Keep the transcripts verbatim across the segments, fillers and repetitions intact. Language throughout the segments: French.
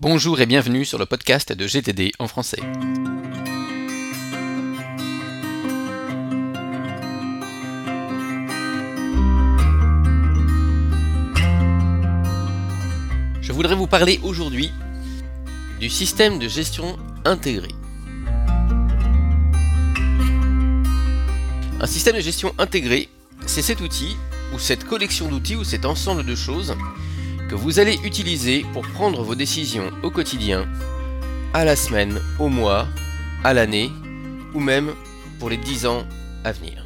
Bonjour et bienvenue sur le podcast de G T D en français. Je voudrais vous parler aujourd'hui du système de gestion intégré. Un système de gestion intégré, c'est cet outil, ou cette collection d'outils, ou cet ensemble de choses que vous allez utiliser pour prendre vos décisions au quotidien, à la semaine, au mois, à l'année, ou même pour les dix ans à venir.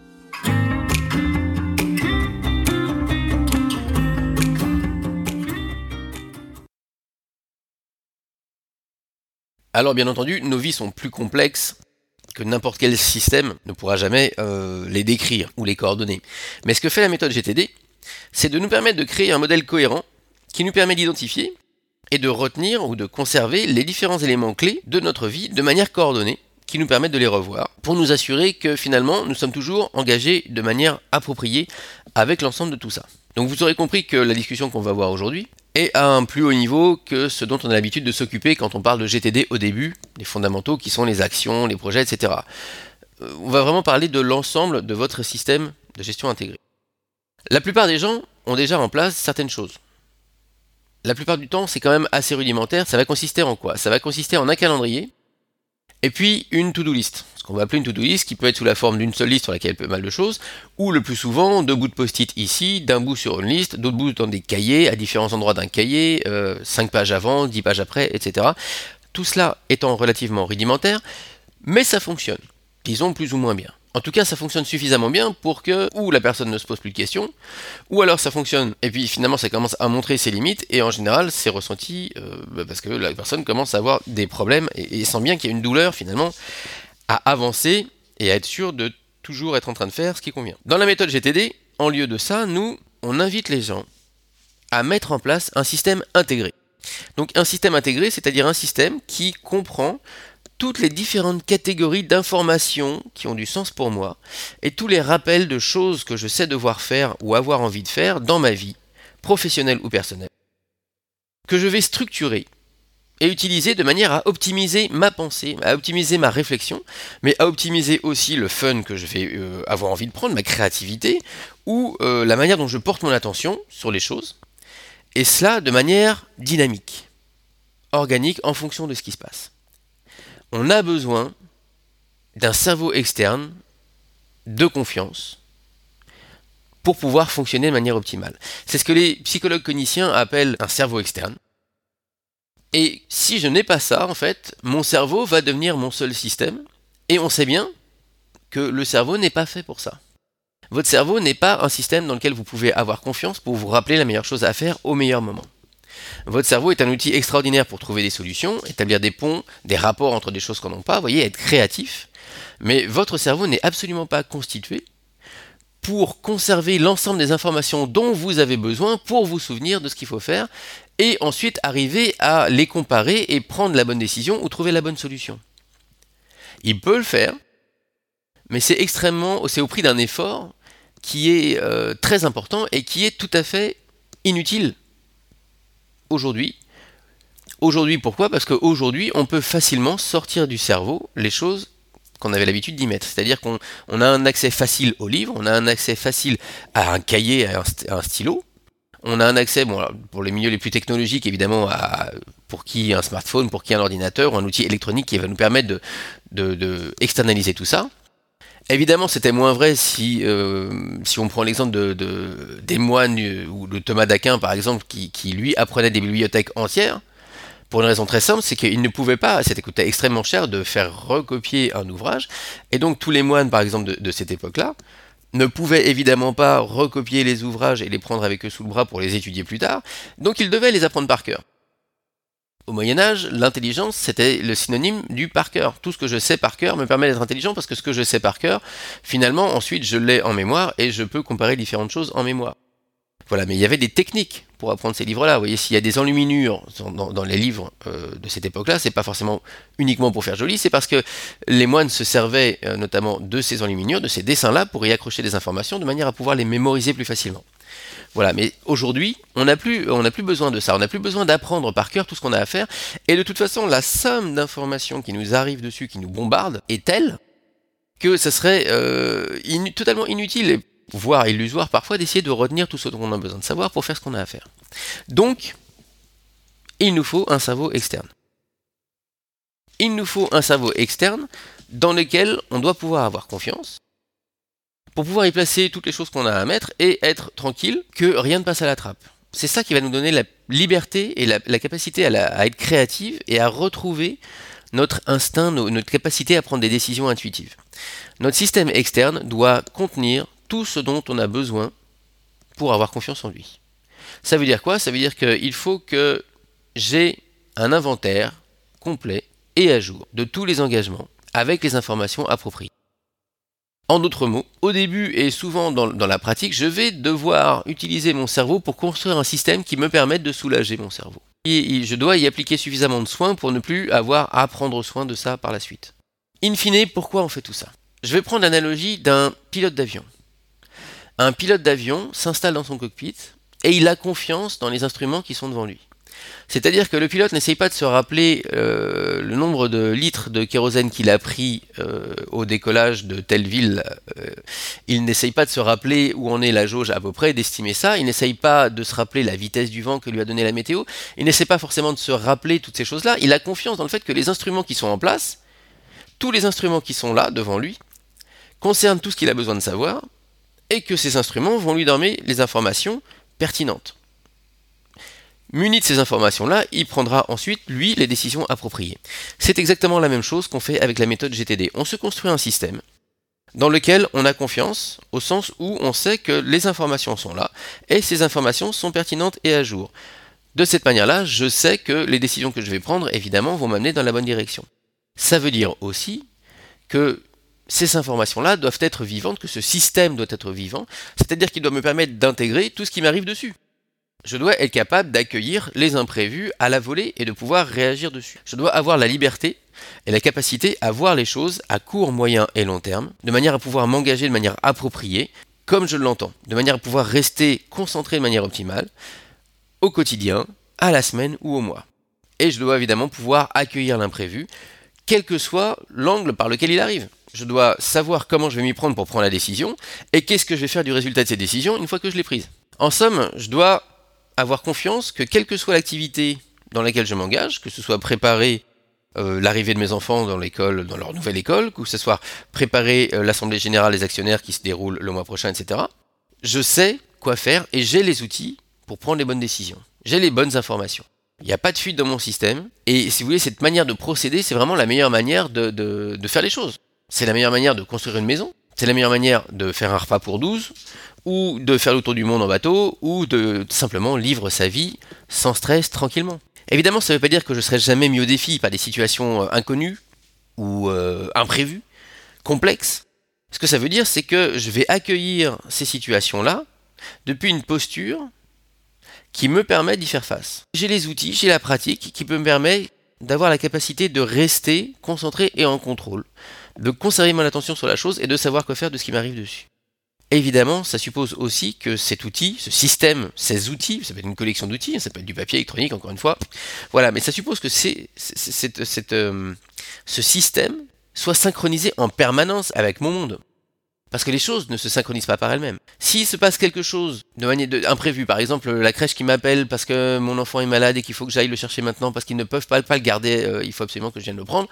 Alors bien entendu, nos vies sont plus complexes que n'importe quel système ne pourra jamais euh, les décrire ou les coordonner. Mais ce que fait la méthode G T D, c'est de nous permettre de créer un modèle cohérent qui nous permet d'identifier et de retenir ou de conserver les différents éléments clés de notre vie de manière coordonnée, qui nous permettent de les revoir, pour nous assurer que finalement nous sommes toujours engagés de manière appropriée avec l'ensemble de tout ça. Donc vous aurez compris que la discussion qu'on va avoir aujourd'hui est à un plus haut niveau que ce dont on a l'habitude de s'occuper quand on parle de G T D au début, les fondamentaux qui sont les actions, les projets, et cetera. On va vraiment parler de l'ensemble de votre système de gestion intégré. La plupart des gens ont déjà en place certaines choses. La plupart du temps, c'est quand même assez rudimentaire. Ça va consister en quoi ? Ça va consister en un calendrier et puis une to-do list. Ce qu'on va appeler une to-do list qui peut être sous la forme d'une seule liste sur laquelle il y a pas mal de choses, ou le plus souvent, deux bouts de post-it ici, d'un bout sur une liste, d'autres bouts dans des cahiers, à différents endroits d'un cahier, euh, cinq pages avant, dix pages après, et cetera. Tout cela étant relativement rudimentaire, mais ça fonctionne. Disons plus ou moins bien. En tout cas, ça fonctionne suffisamment bien pour que ou la personne ne se pose plus de questions, ou alors ça fonctionne, et puis finalement ça commence à montrer ses limites, et en général c'est ressenti euh, parce que la personne commence à avoir des problèmes, et, et sent bien qu'il y a une douleur finalement à avancer, et à être sûr de toujours être en train de faire ce qui convient. Dans la méthode G T D, en lieu de ça, nous, on invite les gens à mettre en place un système intégré. Donc un système intégré, c'est-à-dire un système qui comprend toutes les différentes catégories d'informations qui ont du sens pour moi et tous les rappels de choses que je sais devoir faire ou avoir envie de faire dans ma vie, professionnelle ou personnelle, que je vais structurer et utiliser de manière à optimiser ma pensée, à optimiser ma réflexion, mais à optimiser aussi le fun que je vais euh, avoir envie de prendre, ma créativité, ou euh, la manière dont je porte mon attention sur les choses, et cela de manière dynamique, organique, en fonction de ce qui se passe. On a besoin d'un cerveau externe de confiance pour pouvoir fonctionner de manière optimale. C'est ce que les psychologues cliniciens appellent un cerveau externe. Et si je n'ai pas ça, en fait, mon cerveau va devenir mon seul système. Et on sait bien que le cerveau n'est pas fait pour ça. Votre cerveau n'est pas un système dans lequel vous pouvez avoir confiance pour vous rappeler la meilleure chose à faire au meilleur moment. Votre cerveau est un outil extraordinaire pour trouver des solutions, établir des ponts, des rapports entre des choses qu'on n'a pas, vous voyez, être créatif. Mais votre cerveau n'est absolument pas constitué pour conserver l'ensemble des informations dont vous avez besoin pour vous souvenir de ce qu'il faut faire et ensuite arriver à les comparer et prendre la bonne décision ou trouver la bonne solution. Il peut le faire, mais c'est extrêmement, c'est au prix d'un effort qui est euh, très important et qui est tout à fait inutile. Aujourd'hui. Aujourd'hui, pourquoi ? Parce qu'aujourd'hui, on peut facilement sortir du cerveau les choses qu'on avait l'habitude d'y mettre. C'est-à-dire qu'on on a un accès facile au livre, on a un accès facile à un cahier, à un, st- à un stylo. On a un accès, bon, pour les milieux les plus technologiques, évidemment, à, pour qui un smartphone, pour qui un ordinateur ou un outil électronique qui va nous permettre de, de, de externaliser tout ça. Évidemment, c'était moins vrai si, euh, si on prend l'exemple de, de, des moines euh, ou de Thomas d'Aquin, par exemple, qui, qui lui apprenait des bibliothèques entières, pour une raison très simple, c'est qu'il ne pouvait pas, c'était coûtait extrêmement cher de faire recopier un ouvrage, et donc tous les moines, par exemple, de, de cette époque-là, ne pouvaient évidemment pas recopier les ouvrages et les prendre avec eux sous le bras pour les étudier plus tard, donc ils devaient les apprendre par cœur. Au Moyen-Âge, l'intelligence, c'était le synonyme du par cœur. Tout ce que je sais par cœur me permet d'être intelligent parce que ce que je sais par cœur, finalement, ensuite, je l'ai en mémoire et je peux comparer différentes choses en mémoire. Voilà, mais il y avait des techniques pour apprendre ces livres-là. Vous voyez, s'il y a des enluminures dans, dans les livres euh, de cette époque-là, c'est pas forcément uniquement pour faire joli, c'est parce que les moines se servaient euh, notamment de ces enluminures, de ces dessins-là, pour y accrocher des informations de manière à pouvoir les mémoriser plus facilement. Voilà, mais aujourd'hui, on n'a plus, on n'a plus besoin de ça, on n'a plus besoin d'apprendre par cœur tout ce qu'on a à faire, et de toute façon, la somme d'informations qui nous arrive dessus, qui nous bombarde, est telle que ça serait euh, inu- totalement inutile, et voire illusoire parfois, d'essayer de retenir tout ce dont on a besoin de savoir pour faire ce qu'on a à faire. Donc, il nous faut un cerveau externe. Il nous faut un cerveau externe dans lequel on doit pouvoir avoir confiance, pour pouvoir y placer toutes les choses qu'on a à mettre et être tranquille que rien ne passe à la trappe. C'est ça qui va nous donner la liberté et la, la capacité à, la, à être créative et à retrouver notre instinct, nos, notre capacité à prendre des décisions intuitives. Notre système externe doit contenir tout ce dont on a besoin pour avoir confiance en lui. Ça veut dire quoi? Ça veut dire qu'il faut que j'ai un inventaire complet et à jour de tous les engagements avec les informations appropriées. En d'autres mots, au début et souvent dans, dans la pratique, je vais devoir utiliser mon cerveau pour construire un système qui me permette de soulager mon cerveau. Et, et je dois y appliquer suffisamment de soins pour ne plus avoir à prendre soin de ça par la suite. In fine, pourquoi on fait tout ça? Je vais prendre l'analogie d'un pilote d'avion. Un pilote d'avion s'installe dans son cockpit et il a confiance dans les instruments qui sont devant lui. C'est-à-dire que le pilote n'essaye pas de se rappeler euh, le nombre de litres de kérosène qu'il a pris euh, au décollage de telle ville. Euh, il n'essaye pas de se rappeler où en est la jauge à peu près, d'estimer ça. Il n'essaye pas de se rappeler la vitesse du vent que lui a donné la météo. Il n'essaie pas forcément de se rappeler toutes ces choses-là. Il a confiance dans le fait que les instruments qui sont en place, tous les instruments qui sont là devant lui, concernent tout ce qu'il a besoin de savoir et que ces instruments vont lui donner les informations pertinentes. Muni de ces informations-là, il prendra ensuite, lui, les décisions appropriées. C'est exactement la même chose qu'on fait avec la méthode G T D. On se construit un système dans lequel on a confiance, au sens où on sait que les informations sont là, et ces informations sont pertinentes et à jour. De cette manière-là, je sais que les décisions que je vais prendre, évidemment, vont m'amener dans la bonne direction. Ça veut dire aussi que ces informations-là doivent être vivantes, que ce système doit être vivant, c'est-à-dire qu'il doit me permettre d'intégrer tout ce qui m'arrive dessus. Je dois être capable d'accueillir les imprévus à la volée et de pouvoir réagir dessus. Je dois avoir la liberté et la capacité à voir les choses à court, moyen et long terme, de manière à pouvoir m'engager de manière appropriée, comme je l'entends, de manière à pouvoir rester concentré de manière optimale, au quotidien, à la semaine ou au mois. Et je dois évidemment pouvoir accueillir l'imprévu, quel que soit l'angle par lequel il arrive. Je dois savoir comment je vais m'y prendre pour prendre la décision, et qu'est-ce que je vais faire du résultat de cette décision une fois que je l'ai prise. En somme, je dois avoir confiance que quelle que soit l'activité dans laquelle je m'engage, que ce soit préparer euh, l'arrivée de mes enfants dans l'école, dans leur nouvelle école, que ce soit préparer euh, l'assemblée générale des actionnaires qui se déroule le mois prochain, et cetera, je sais quoi faire et j'ai les outils pour prendre les bonnes décisions. J'ai les bonnes informations. Il n'y a pas de fuite dans mon système, et si vous voulez, cette manière de procéder, c'est vraiment la meilleure manière de, de, de faire les choses. C'est la meilleure manière de construire une maison, c'est la meilleure manière de faire un repas pour douze, ou de faire le tour du monde en bateau, ou de simplement vivre sa vie sans stress, tranquillement. Évidemment, ça ne veut pas dire que je ne serai jamais mis au défi par des situations inconnues, ou euh, imprévues, complexes. Ce que ça veut dire, c'est que je vais accueillir ces situations-là depuis une posture qui me permet d'y faire face. J'ai les outils, j'ai la pratique qui peut me permettre d'avoir la capacité de rester concentré et en contrôle, de conserver mon attention sur la chose et de savoir quoi faire de ce qui m'arrive dessus. Évidemment, ça suppose aussi que cet outil, ce système, ces outils, ça peut être une collection d'outils, ça peut être du papier électronique encore une fois, voilà, mais ça suppose que c'est, c'est, c'est, c'est, euh, ce système soit synchronisé en permanence avec mon monde. Parce que les choses ne se synchronisent pas par elles-mêmes. S'il se passe quelque chose de manière de, imprévue, par exemple la crèche qui m'appelle parce que mon enfant est malade et qu'il faut que j'aille le chercher maintenant parce qu'ils ne peuvent pas, pas le garder, euh, il faut absolument que je vienne le prendre,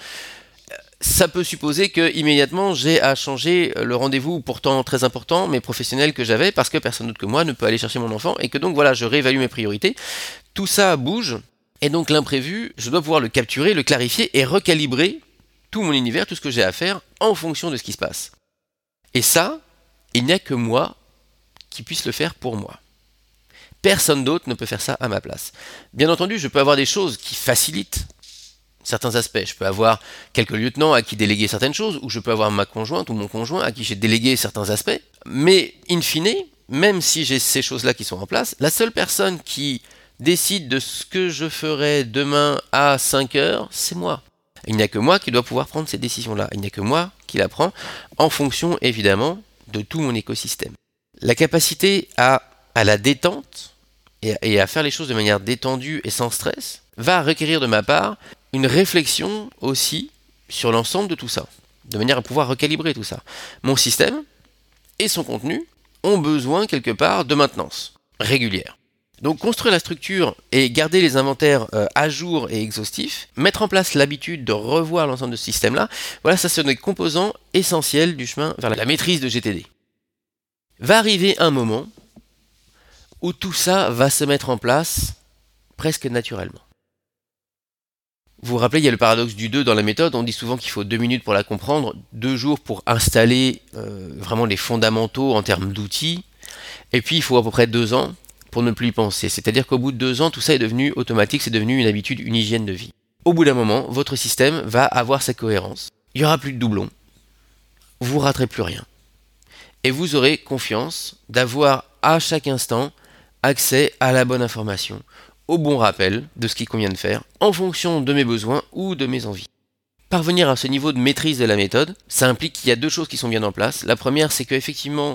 ça peut supposer que immédiatement j'ai à changer le rendez-vous pourtant très important mais professionnel que j'avais parce que personne d'autre que moi ne peut aller chercher mon enfant et que donc voilà, je réévalue mes priorités. Tout ça bouge et donc l'imprévu, je dois pouvoir le capturer, le clarifier et recalibrer tout mon univers, tout ce que j'ai à faire en fonction de ce qui se passe. Et ça, il n'y a que moi qui puisse le faire pour moi. Personne d'autre ne peut faire ça à ma place. Bien entendu, je peux avoir des choses qui facilitent certains aspects. Je peux avoir quelques lieutenants à qui déléguer certaines choses, ou je peux avoir ma conjointe ou mon conjoint à qui j'ai délégué certains aspects. Mais in fine, même si j'ai ces choses-là qui sont en place, la seule personne qui décide de ce que je ferai demain à cinq heures, c'est moi. Il n'y a que moi qui dois pouvoir prendre ces décisions-là. Il n'y a que moi qui la prends en fonction, évidemment, de tout mon écosystème. La capacité à à la détente et, et à faire les choses de manière détendue et sans stress, va requérir de ma part une réflexion aussi sur l'ensemble de tout ça, de manière à pouvoir recalibrer tout ça. Mon système et son contenu ont besoin quelque part de maintenance régulière. Donc construire la structure et garder les inventaires euh, à jour et exhaustifs, mettre en place l'habitude de revoir l'ensemble de ce système-là, voilà, ça sont des composants essentiels du chemin vers la maîtrise de G T D. Va arriver un moment où tout ça va se mettre en place presque naturellement. Vous vous rappelez, il y a le paradoxe du deux dans la méthode, on dit souvent qu'il faut deux minutes pour la comprendre, deux jours pour installer euh, vraiment les fondamentaux en termes d'outils, et puis il faut à peu près deux ans pour ne plus y penser. C'est-à-dire qu'au bout de deux ans, tout ça est devenu automatique, c'est devenu une habitude, une hygiène de vie. Au bout d'un moment, votre système va avoir sa cohérence. Il n'y aura plus de doublons. Vous ne raterez plus rien. Et vous aurez confiance d'avoir à chaque instant accès à la bonne information, au bon rappel de ce qu'il convient de faire, en fonction de mes besoins ou de mes envies. Parvenir à ce niveau de maîtrise de la méthode, ça implique qu'il y a deux choses qui sont bien en place. La première, c'est qu'effectivement,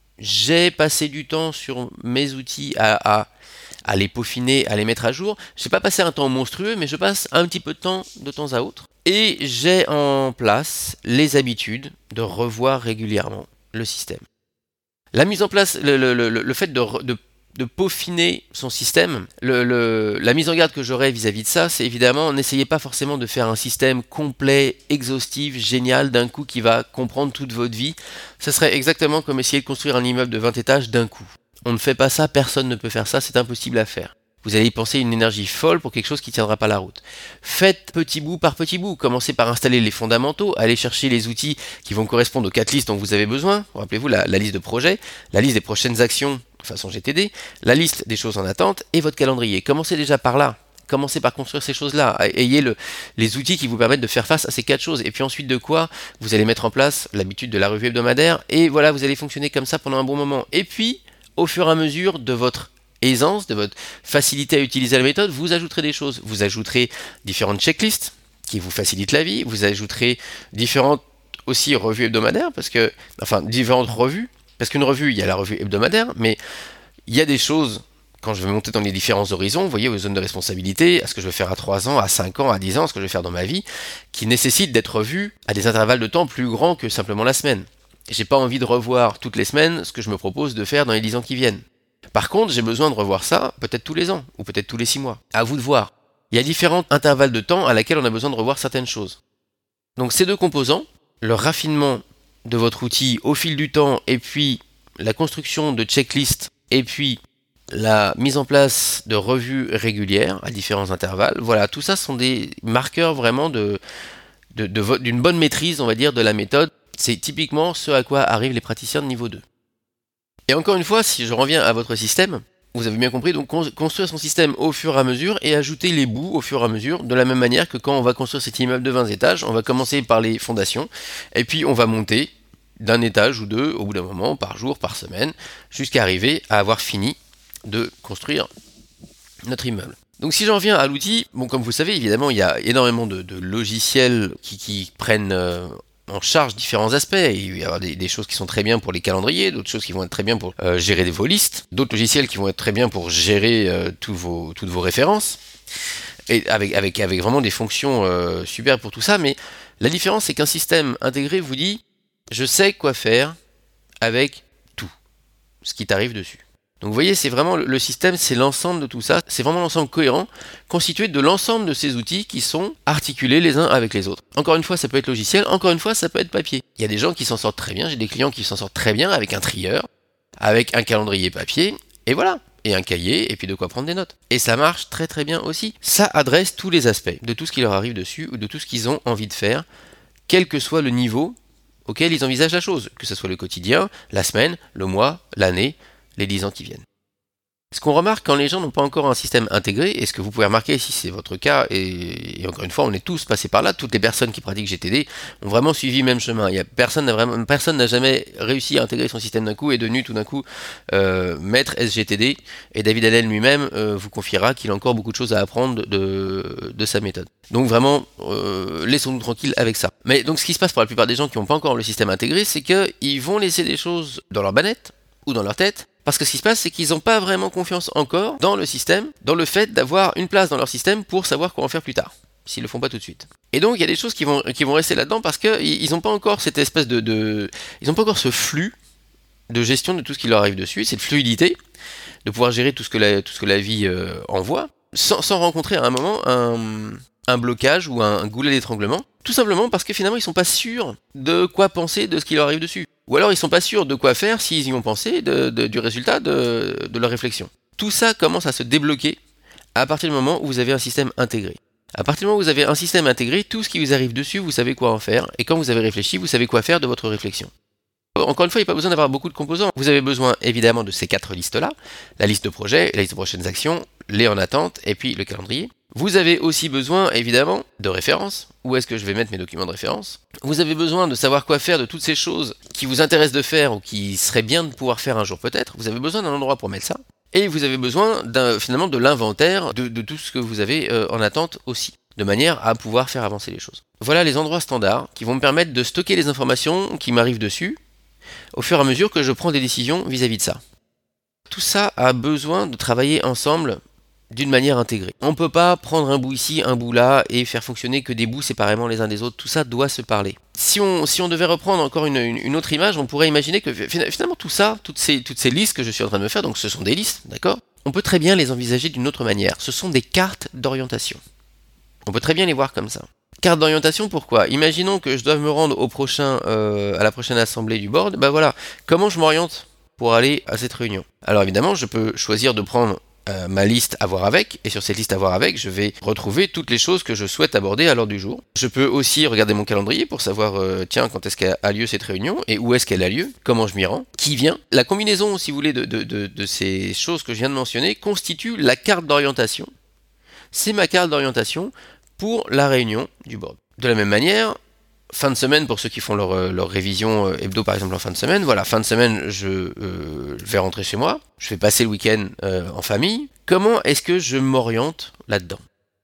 j'ai passé du temps sur mes outils à, à, à les peaufiner, à les mettre à jour. Je n'ai pas passé un temps monstrueux, mais je passe un petit peu de temps de temps à autre. Et j'ai en place les habitudes de revoir régulièrement le système. La mise en place, le, le, le, le fait de, de, de peaufiner son système, le, le, la mise en garde que j'aurais vis-à-vis de ça, c'est évidemment, n'essayez pas forcément de faire un système complet, exhaustif, génial, d'un coup qui va comprendre toute votre vie. Ce serait exactement comme essayer de construire un immeuble de vingt étages d'un coup. On ne fait pas ça, personne ne peut faire ça, c'est impossible à faire. Vous allez y penser une énergie folle pour quelque chose qui ne tiendra pas la route. Faites petit bout par petit bout. Commencez par installer les fondamentaux, allez chercher les outils qui vont correspondre aux quatre listes dont vous avez besoin. Rappelez-vous la, la liste de projets, la liste des prochaines actions de façon G T D, la liste des choses en attente et votre calendrier. Commencez déjà par là. Commencez par construire ces choses-là. Ayez le, les outils qui vous permettent de faire face à ces quatre choses. Et puis ensuite de quoi, vous allez mettre en place l'habitude de la revue hebdomadaire. Et voilà, vous allez fonctionner comme ça pendant un bon moment. Et puis, au fur et à mesure de votre aisance, de votre facilité à utiliser la méthode, vous ajouterez des choses. Vous ajouterez différentes checklists qui vous facilitent la vie. Vous ajouterez différentes aussi revues hebdomadaires, parce que, enfin, différentes revues. Parce qu'une revue, il y a la revue hebdomadaire, mais il y a des choses, quand je vais monter dans les différents horizons, vous voyez, aux zones de responsabilité, à ce que je vais faire à trois ans, à cinq ans, à dix ans, à ce que je vais faire dans ma vie, qui nécessitent d'être revues à des intervalles de temps plus grands que simplement la semaine. J'ai pas envie de revoir toutes les semaines ce que je me propose de faire dans les dix ans qui viennent. Par contre, j'ai besoin de revoir ça peut-être tous les ans, ou peut-être tous les six mois. À vous de voir. Il y a différents intervalles de temps à laquelle on a besoin de revoir certaines choses. Donc ces deux composants, le raffinement de votre outil au fil du temps, et puis la construction de checklists, et puis la mise en place de revues régulières à différents intervalles, voilà, tout ça sont des marqueurs vraiment de, de, de, d'une bonne maîtrise, on va dire, de la méthode. C'est typiquement ce à quoi arrivent les praticiens de niveau deux. Et encore une fois, si je reviens à votre système, vous avez bien compris, donc construire son système au fur et à mesure et ajouter les bouts au fur et à mesure, de la même manière que quand on va construire cet immeuble de vingt étages, on va commencer par les fondations, et puis on va monter d'un étage ou deux, au bout d'un moment, par jour, par semaine, jusqu'à arriver à avoir fini de construire notre immeuble. Donc si j'en reviens à l'outil, bon, comme vous le savez, évidemment, il y a énormément de, de logiciels qui, qui prennent euh, en charge différents aspects. Il va y avoir des, des choses qui sont très bien pour les calendriers, d'autres choses qui vont être très bien pour euh, gérer vos listes, d'autres logiciels qui vont être très bien pour gérer euh, tous vos, toutes vos références, et avec, avec, avec vraiment des fonctions euh, super pour tout ça. Mais la différence, c'est qu'un système intégré vous dit « je sais quoi faire avec tout ce qui t'arrive dessus ». Donc vous voyez, c'est vraiment le système, c'est l'ensemble de tout ça, c'est vraiment l'ensemble cohérent, constitué de l'ensemble de ces outils qui sont articulés les uns avec les autres. Encore une fois, ça peut être logiciel, encore une fois, ça peut être papier. Il y a des gens qui s'en sortent très bien, j'ai des clients qui s'en sortent très bien avec un trieur, avec un calendrier papier, et voilà, et un cahier, et puis de quoi prendre des notes. Et ça marche très très bien aussi. Ça adresse tous les aspects de tout ce qui leur arrive dessus, ou de tout ce qu'ils ont envie de faire, quel que soit le niveau auquel ils envisagent la chose, que ce soit le quotidien, la semaine, le mois, l'année, les dix ans qui viennent. Ce qu'on remarque quand les gens n'ont pas encore un système intégré, et ce que vous pouvez remarquer si c'est votre cas, et, et encore une fois, on est tous passés par là, toutes les personnes qui pratiquent G T D ont vraiment suivi le même chemin. Il y a, personne n'a vraiment, personne n'a jamais réussi à intégrer son système d'un coup et est devenu tout d'un coup euh, maître S G T D, et David Allen lui-même euh, vous confiera qu'il a encore beaucoup de choses à apprendre de, de sa méthode. Donc vraiment, euh, laissons-nous tranquilles avec ça. Mais donc ce qui se passe pour la plupart des gens qui n'ont pas encore le système intégré, c'est qu'ils vont laisser des choses dans leur banette, ou dans leur tête, Parce que ce qui se passe, c'est qu'ils n'ont pas vraiment confiance encore dans le système, dans le fait d'avoir une place dans leur système pour savoir quoi en faire plus tard, s'ils le font pas tout de suite. Et donc il y a des choses qui vont, qui vont rester là-dedans parce qu'ils n'ont pas encore cette espèce de, de... Ils n'ont pas encore ce flux de gestion de tout ce qui leur arrive dessus, cette fluidité, de pouvoir gérer tout ce que la, tout ce que la vie euh, envoie, sans, sans rencontrer à un moment un, un blocage ou un, un goulet d'étranglement, tout simplement parce que finalement ils sont pas sûrs de quoi penser de ce qui leur arrive dessus. Ou alors ils sont pas sûrs de quoi faire s'ils y ont pensé de, de, du résultat de, de leur réflexion. Tout ça commence à se débloquer à partir du moment où vous avez un système intégré. À partir du moment où vous avez un système intégré, tout ce qui vous arrive dessus, vous savez quoi en faire, et quand vous avez réfléchi, vous savez quoi faire de votre réflexion. Encore une fois, il n'y a pas besoin d'avoir beaucoup de composants. Vous avez besoin évidemment de ces quatre listes-là, la liste de projets, la liste de prochaines actions, les en attente, et puis le calendrier. Vous avez aussi besoin, évidemment, de références. Où est-ce que je vais mettre mes documents de référence? Vous avez besoin de savoir quoi faire de toutes ces choses qui vous intéressent de faire ou qui seraient bien de pouvoir faire un jour peut-être. Vous avez besoin d'un endroit pour mettre ça. Et vous avez besoin finalement de l'inventaire de, de tout ce que vous avez euh, en attente aussi, de manière à pouvoir faire avancer les choses. Voilà les endroits standards qui vont me permettre de stocker les informations qui m'arrivent dessus au fur et à mesure que je prends des décisions vis-à-vis de ça. Tout ça a besoin de travailler ensemble d'une manière intégrée. On ne peut pas prendre un bout ici, un bout là, et faire fonctionner que des bouts séparément les uns des autres. Tout ça doit se parler. Si on, si on devait reprendre encore une, une, une autre image, on pourrait imaginer que finalement tout ça, toutes ces, toutes ces listes que je suis en train de me faire, donc ce sont des listes, d'accord? On peut très bien les envisager d'une autre manière. Ce sont des cartes d'orientation. On peut très bien les voir comme ça. Carte d'orientation, pourquoi? Imaginons que je dois me rendre au prochain, euh, à la prochaine assemblée du board. Ben voilà, comment je m'oriente pour aller à cette réunion? Alors évidemment, je peux choisir de prendre euh, ma liste à voir avec, et sur cette liste à voir avec, je vais retrouver toutes les choses que je souhaite aborder à l'ordre du jour. Je peux aussi regarder mon calendrier pour savoir, euh, tiens, quand est-ce qu'a lieu cette réunion, et où est-ce qu'elle a lieu, comment je m'y rends, qui vient. La combinaison, si vous voulez, de, de, de, de ces choses que je viens de mentionner constitue la carte d'orientation. C'est ma carte d'orientation pour la réunion du board. De la même manière, fin de semaine, pour ceux qui font leur, leur révision hebdo par exemple en fin de semaine, voilà, fin de semaine, je euh, vais rentrer chez moi, je vais passer le week-end euh, en famille. Comment est-ce que je m'oriente là-dedans?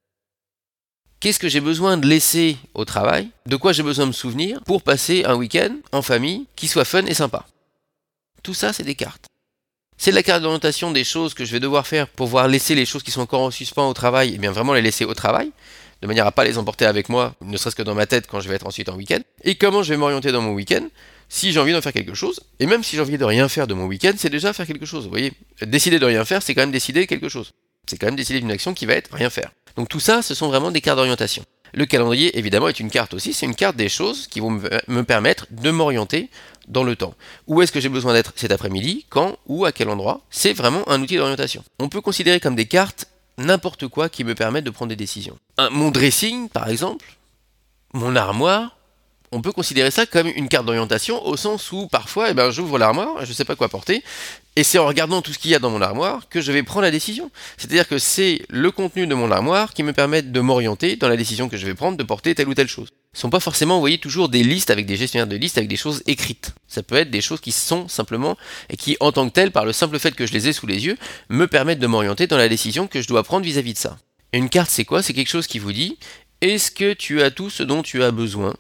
Qu'est-ce que j'ai besoin de laisser au travail? De quoi j'ai besoin de me souvenir pour passer un week-end en famille qui soit fun et sympa? Tout ça, c'est des cartes. C'est la carte d'orientation des choses que je vais devoir faire pour pouvoir laisser les choses qui sont encore en suspens au travail, et bien vraiment les laisser au travail, de manière à pas les emporter avec moi, ne serait-ce que dans ma tête quand je vais être ensuite en week-end. Et comment je vais m'orienter dans mon week-end si j'ai envie d'en faire quelque chose, et même si j'ai envie de rien faire de mon week-end, c'est déjà faire quelque chose, vous voyez. Décider de rien faire, c'est quand même décider quelque chose. C'est quand même décider d'une action qui va être rien faire. Donc tout ça, ce sont vraiment des cartes d'orientation. Le calendrier, évidemment, est une carte aussi, c'est une carte des choses qui vont me permettre de m'orienter dans le temps. Où est-ce que j'ai besoin d'être cet après-midi, quand, où, à quel endroit? C'est vraiment un outil d'orientation. On peut considérer comme des cartes n'importe quoi qui me permettent de prendre des décisions. Un, mon dressing, par exemple, mon armoire, on peut considérer ça comme une carte d'orientation au sens où parfois, eh ben, j'ouvre l'armoire, je ne sais pas quoi porter, et c'est en regardant tout ce qu'il y a dans mon armoire que je vais prendre la décision. C'est-à-dire que c'est le contenu de mon armoire qui me permet de m'orienter dans la décision que je vais prendre de porter telle ou telle chose. Ce ne sont pas forcément, vous voyez, toujours des listes avec des gestionnaires de listes avec des choses écrites. Ça peut être des choses qui sont simplement, et qui en tant que telles, par le simple fait que je les ai sous les yeux, me permettent de m'orienter dans la décision que je dois prendre vis-à-vis de ça. Et une carte, c'est quoi? C'est quelque chose qui vous dit, est-ce que tu as tout ce dont tu as besoin,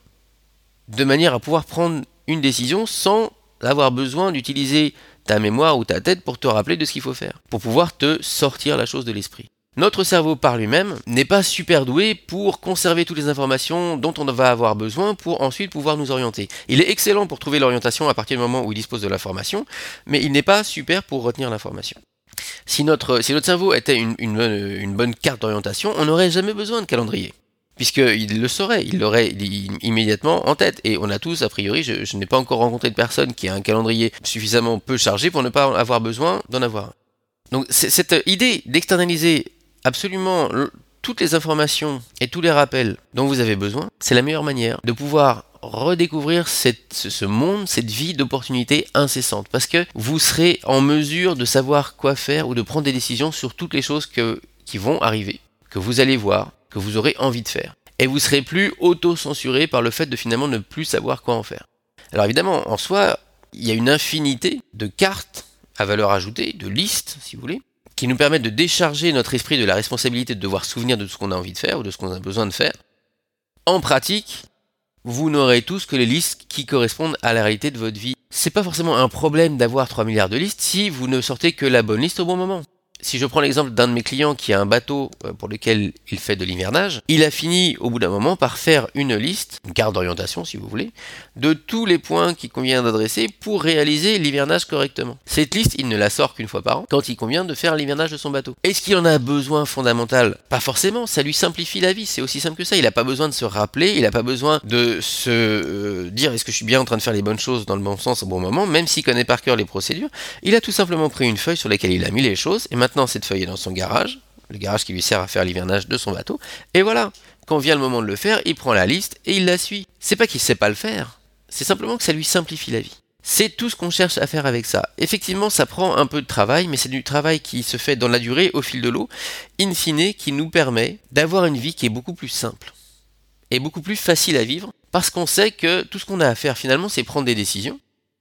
de manière à pouvoir prendre une décision sans avoir besoin d'utiliser ta mémoire ou ta tête pour te rappeler de ce qu'il faut faire, pour pouvoir te sortir la chose de l'esprit. Notre cerveau par lui-même n'est pas super doué pour conserver toutes les informations dont on va avoir besoin pour ensuite pouvoir nous orienter. Il est excellent pour trouver l'orientation à partir du moment où il dispose de l'information, mais il n'est pas super pour retenir l'information. Si notre, si notre cerveau était une, une, une bonne carte d'orientation, on n'aurait jamais besoin de calendrier. Puisqu'il le saurait, il l'aurait immédiatement en tête. Et on a tous, a priori, je, je n'ai pas encore rencontré de personne qui a un calendrier suffisamment peu chargé pour ne pas avoir besoin d'en avoir un. Donc cette idée d'externaliser absolument toutes les informations et tous les rappels dont vous avez besoin, c'est la meilleure manière de pouvoir redécouvrir cette, ce monde, cette vie d'opportunités incessantes. Parce que vous serez en mesure de savoir quoi faire ou de prendre des décisions sur toutes les choses que, qui vont arriver, que vous allez voir, que vous aurez envie de faire. Et vous serez plus auto-censuré par le fait de finalement ne plus savoir quoi en faire. Alors évidemment, en soi, il y a une infinité de cartes à valeur ajoutée, de listes, si vous voulez, qui nous permettent de décharger notre esprit de la responsabilité de devoir se souvenir de ce qu'on a envie de faire ou de ce qu'on a besoin de faire. En pratique, vous n'aurez tous que les listes qui correspondent à la réalité de votre vie. C'est pas forcément un problème d'avoir trois milliards de listes si vous ne sortez que la bonne liste au bon moment. Si je prends l'exemple d'un de mes clients qui a un bateau pour lequel il fait de l'hivernage, il a fini au bout d'un moment par faire une liste, une carte d'orientation si vous voulez, de tous les points qu'il convient d'adresser pour réaliser l'hivernage correctement. Cette liste, il ne la sort qu'une fois par an quand il convient de faire l'hivernage de son bateau. Est-ce qu'il en a besoin fondamental? Pas forcément, ça lui simplifie la vie, c'est aussi simple que ça. Il n'a pas besoin de se rappeler, il n'a pas besoin de se euh, dire est-ce que je suis bien en train de faire les bonnes choses dans le bon sens au bon moment, même s'il connaît par cœur les procédures. Il a tout simplement pris une feuille sur laquelle il a mis les choses et maintenant Maintenant, cette feuille est dans son garage, le garage qui lui sert à faire l'hivernage de son bateau, et voilà, quand vient le moment de le faire, il prend la liste et il la suit. C'est pas qu'il sait pas le faire, c'est simplement que ça lui simplifie la vie. C'est tout ce qu'on cherche à faire avec ça. Effectivement, ça prend un peu de travail, mais c'est du travail qui se fait dans la durée, au fil de l'eau, in fine, qui nous permet d'avoir une vie qui est beaucoup plus simple et beaucoup plus facile à vivre, parce qu'on sait que tout ce qu'on a à faire finalement, c'est prendre des décisions.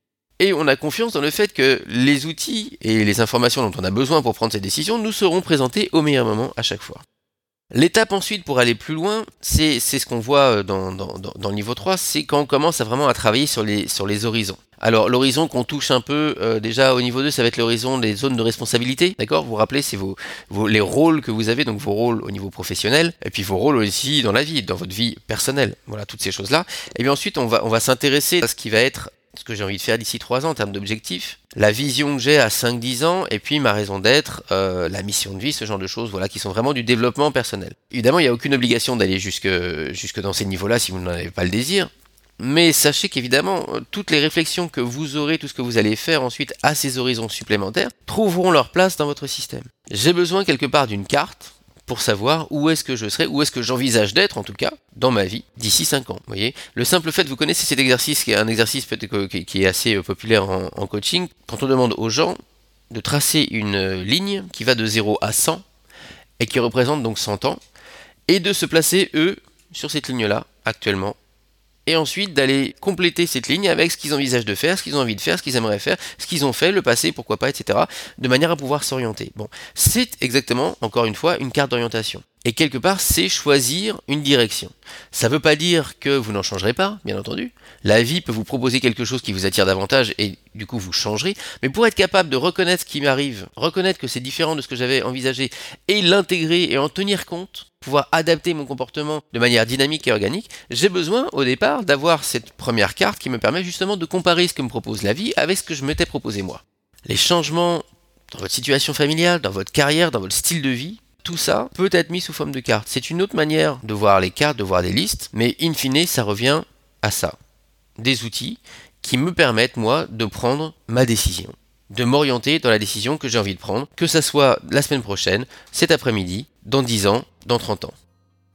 Et on a confiance dans le fait que les outils et les informations dont on a besoin pour prendre ces décisions nous seront présentés au meilleur moment à chaque fois. L'étape ensuite pour aller plus loin, c'est, c'est ce qu'on voit dans, dans, dans le niveau trois, c'est quand on commence à vraiment à travailler sur les, sur les horizons. Alors l'horizon qu'on touche un peu euh, déjà au niveau deux, ça va être l'horizon des zones de responsabilité, d'accord? Vous vous rappelez, c'est vos, vos, les rôles que vous avez, donc vos rôles au niveau professionnel, et puis vos rôles aussi dans la vie, dans votre vie personnelle, voilà, toutes ces choses-là. Et bien ensuite, on va, on va s'intéresser à ce qui va être ce que j'ai envie de faire d'ici trois ans en termes d'objectifs, la vision que j'ai à cinq dix ans, et puis ma raison d'être, euh, la mission de vie, ce genre de choses, voilà, qui sont vraiment du développement personnel. Évidemment, il n'y a aucune obligation d'aller jusque, jusque dans ces niveaux-là si vous n'en avez pas le désir, mais sachez qu'évidemment, toutes les réflexions que vous aurez, tout ce que vous allez faire ensuite à ces horizons supplémentaires, trouveront leur place dans votre système. J'ai besoin quelque part d'une carte, pour savoir où est-ce que je serai, où est-ce que j'envisage d'être en tout cas, dans ma vie, d'ici cinq ans. Vous voyez, le simple fait, vous connaissez cet exercice, qui est un exercice peut-être qui est assez populaire en, en coaching, quand on demande aux gens de tracer une ligne qui va de zéro à cent, et qui représente donc cent ans, et de se placer, eux, sur cette ligne-là, actuellement, et ensuite d'aller compléter cette ligne avec ce qu'ils envisagent de faire, ce qu'ils ont envie de faire, ce qu'ils aimeraient faire, ce qu'ils ont fait, le passé, pourquoi pas, et cetera, de manière à pouvoir s'orienter. Bon, c'est exactement, encore une fois, une carte d'orientation. Et quelque part, c'est choisir une direction. Ça ne veut pas dire que vous n'en changerez pas, bien entendu. La vie peut vous proposer quelque chose qui vous attire davantage et du coup vous changerez. Mais pour être capable de reconnaître ce qui m'arrive, reconnaître que c'est différent de ce que j'avais envisagé et l'intégrer et en tenir compte, pouvoir adapter mon comportement de manière dynamique et organique, j'ai besoin au départ d'avoir cette première carte qui me permet justement de comparer ce que me propose la vie avec ce que je m'étais proposé moi. Les changements dans votre situation familiale, dans votre carrière, dans votre style de vie, tout ça peut être mis sous forme de cartes. C'est une autre manière de voir les cartes, de voir des listes, mais in fine, ça revient à ça. Des outils qui me permettent, moi, de prendre ma décision, de m'orienter dans la décision que j'ai envie de prendre, que ça soit la semaine prochaine, cet après-midi, dans dix ans, dans trente ans.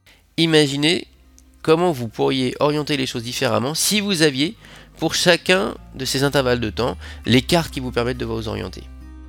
Imaginez comment vous pourriez orienter les choses différemment si vous aviez, pour chacun de ces intervalles de temps, les cartes qui vous permettent de vous orienter.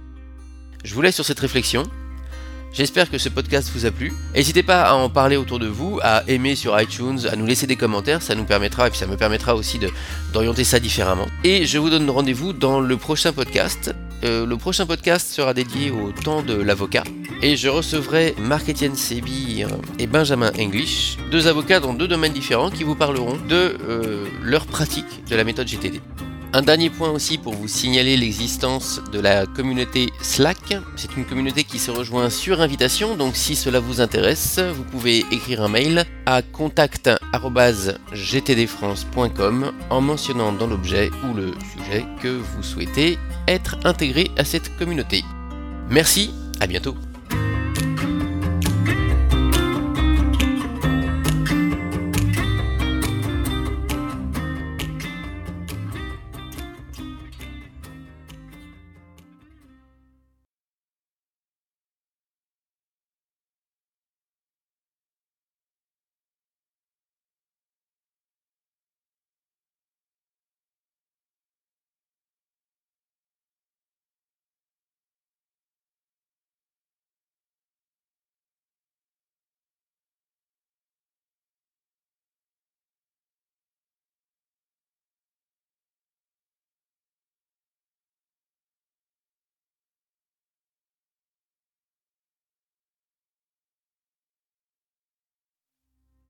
Je vous laisse sur cette réflexion. J'espère que ce podcast vous a plu. N'hésitez pas à en parler autour de vous, à aimer sur iTunes, à nous laisser des commentaires, ça nous permettra, et puis ça me permettra aussi de, d'orienter ça différemment. Et je vous donne rendez-vous dans le prochain podcast. Euh, le prochain podcast sera dédié au temps de l'avocat. Et je recevrai Marc-Étienne Sébir et Benjamin English, deux avocats dans deux domaines différents qui vous parleront de euh, leur pratique de la méthode G T D. Un dernier point aussi pour vous signaler l'existence de la communauté Slack. C'est une communauté qui se rejoint sur invitation, donc si cela vous intéresse, vous pouvez écrire un mail à contact arobase g t d france point com en mentionnant dans l'objet ou le sujet que vous souhaitez être intégré à cette communauté. Merci, à bientôt.